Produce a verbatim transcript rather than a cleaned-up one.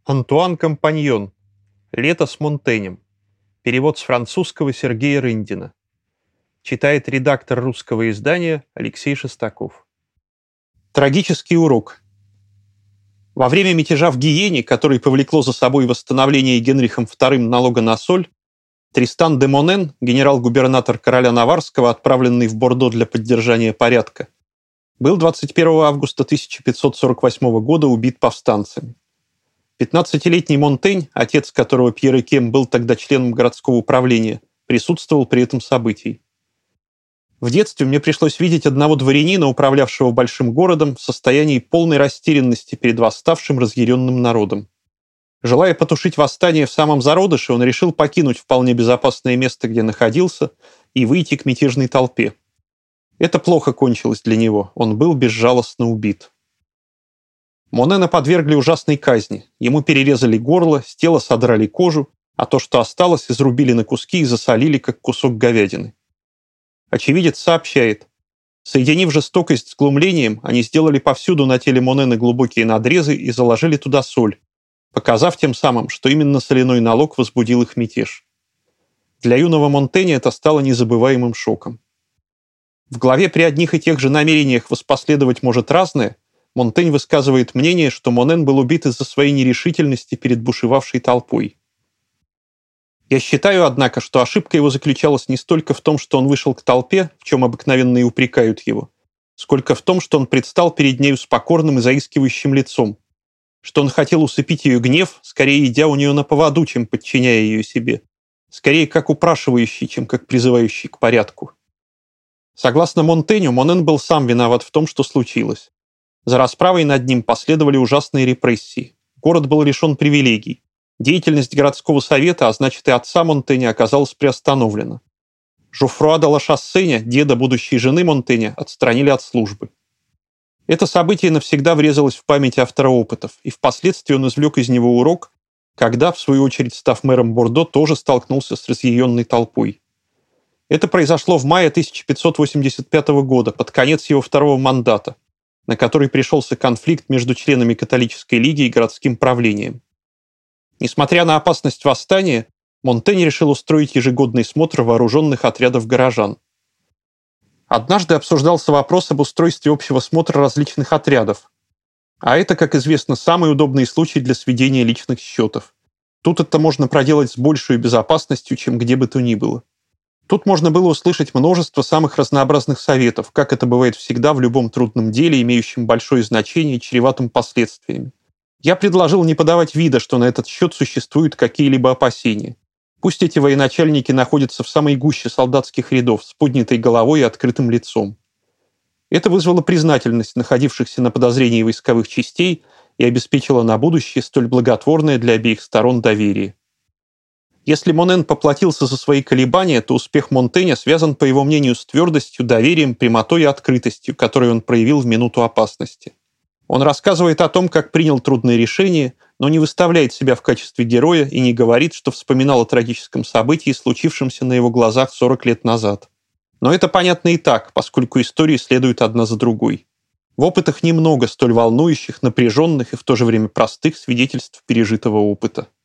Антуан Компаньон. «Лето с Монтенем». Перевод с французского Сергея Рындина. Читает редактор русского издания Алексей Шестаков. Трагический урок. Во время мятежа в Гиене, который повлекло за собой восстановление Генрихом вторым налога на соль, Тристан де Монен, генерал-губернатор короля Наварского, отправленный в Бордо для поддержания порядка, был двадцать первого августа тысяча пятьсот сорок восьмого года убит повстанцами. пятнадцатилетний Монтень, отец которого Пьер Экем был тогда членом городского управления, присутствовал при этом событии. В детстве мне пришлось видеть одного дворянина, управлявшего большим городом, в состоянии полной растерянности перед восставшим разъяренным народом. Желая потушить восстание в самом зародыше, он решил покинуть вполне безопасное место, где находился, и выйти к мятежной толпе. Это плохо кончилось для него, он был безжалостно убит. Монена подвергли ужасной казни. Ему перерезали горло, с тела содрали кожу, а то, что осталось, изрубили на куски и засолили, как кусок говядины. Очевидец сообщает: соединив жестокость с глумлением, они сделали повсюду на теле Монена глубокие надрезы и заложили туда соль, показав тем самым, что именно соляной налог возбудил их мятеж. Для юного Монтэня это стало незабываемым шоком. В главе «При одних и тех же намерениях воспоследовать может разное» Монтень высказывает мнение, что Монен был убит из-за своей нерешительности перед бушевавшей толпой. Я считаю, однако, что ошибка его заключалась не столько в том, что он вышел к толпе, в чем обыкновенно и упрекают его, сколько в том, что он предстал перед нею с покорным и заискивающим лицом, что он хотел усыпить ее гнев, скорее идя у нее на поводу, чем подчиняя ее себе, скорее как упрашивающий, чем как призывающий к порядку. Согласно Монтеню, Монен был сам виноват в том, что случилось. За расправой над ним последовали ужасные репрессии. Город был лишен привилегий. Деятельность городского совета, а значит и отца Монтэня, оказалась приостановлена. Жофруа де ла Шассеня, деда будущей жены Монтэня, отстранили от службы. Это событие навсегда врезалось в память автора опытов, и впоследствии он извлек из него урок, когда, в свою очередь, став мэром Бордо, тоже столкнулся с разъяренной толпой. Это произошло в мае тысяча пятьсот восемьдесят пятого года, под конец его второго мандата, на который пришелся конфликт между членами католической лиги и городским правлением. Несмотря на опасность восстания, Монтень решил устроить ежегодный смотр вооруженных отрядов горожан. Однажды обсуждался вопрос об устройстве общего смотра различных отрядов. А это, как известно, самый удобный случай для сведения личных счетов. Тут это можно проделать с большей безопасностью, чем где бы то ни было. Тут можно было услышать множество самых разнообразных советов, как это бывает всегда в любом трудном деле, имеющем большое значение и чреватым последствиями. Я предложил не подавать вида, что на этот счет существуют какие-либо опасения. Пусть эти военачальники находятся в самой гуще солдатских рядов, с поднятой головой и открытым лицом. Это вызвало признательность находившихся на подозрении войсковых частей и обеспечило на будущее столь благотворное для обеих сторон доверие. Если Монен поплатился за свои колебания, то успех Монтэня связан, по его мнению, с твердостью, доверием, прямотой и открытостью, которые он проявил в минуту опасности. Он рассказывает о том, как принял трудные решения, но не выставляет себя в качестве героя и не говорит, что вспоминал о трагическом событии, случившемся на его глазах сорок лет назад. Но это понятно и так, поскольку истории следуют одна за другой. В опытах немного столь волнующих, напряженных и в то же время простых свидетельств пережитого опыта.